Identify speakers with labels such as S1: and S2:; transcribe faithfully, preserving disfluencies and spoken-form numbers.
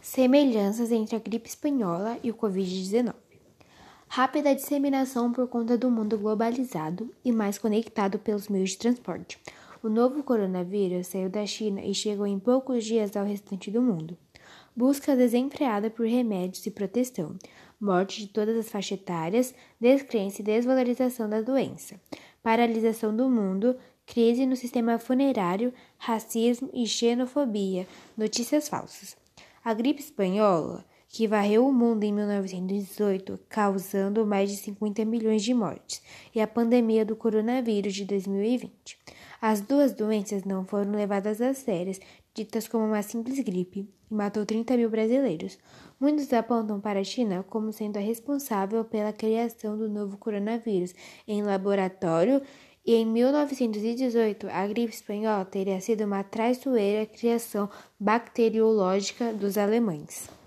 S1: Semelhanças entre a gripe espanhola e o covid dezenove. Rápida disseminação por conta do mundo globalizado e mais conectado pelos meios de transporte. O novo coronavírus saiu da China e chegou em poucos dias ao restante do mundo. Busca desenfreada por remédios e proteção. Morte de todas as faixas etárias, descrença e desvalorização da doença. Paralisação do mundo, crise no sistema funerário, racismo e xenofobia, notícias falsas. A gripe espanhola, que varreu o mundo em mil novecentos e dezoito, causando mais de cinquenta milhões de mortes, e a pandemia do coronavírus de dois mil e vinte. As duas doenças não foram levadas a sério, ditas como uma simples gripe, e matou trinta mil brasileiros. Muitos apontam para a China como sendo a responsável pela criação do novo coronavírus em laboratório, e em mil novecentos e dezoito, a gripe espanhola teria sido uma traiçoeira criação bacteriológica dos alemães.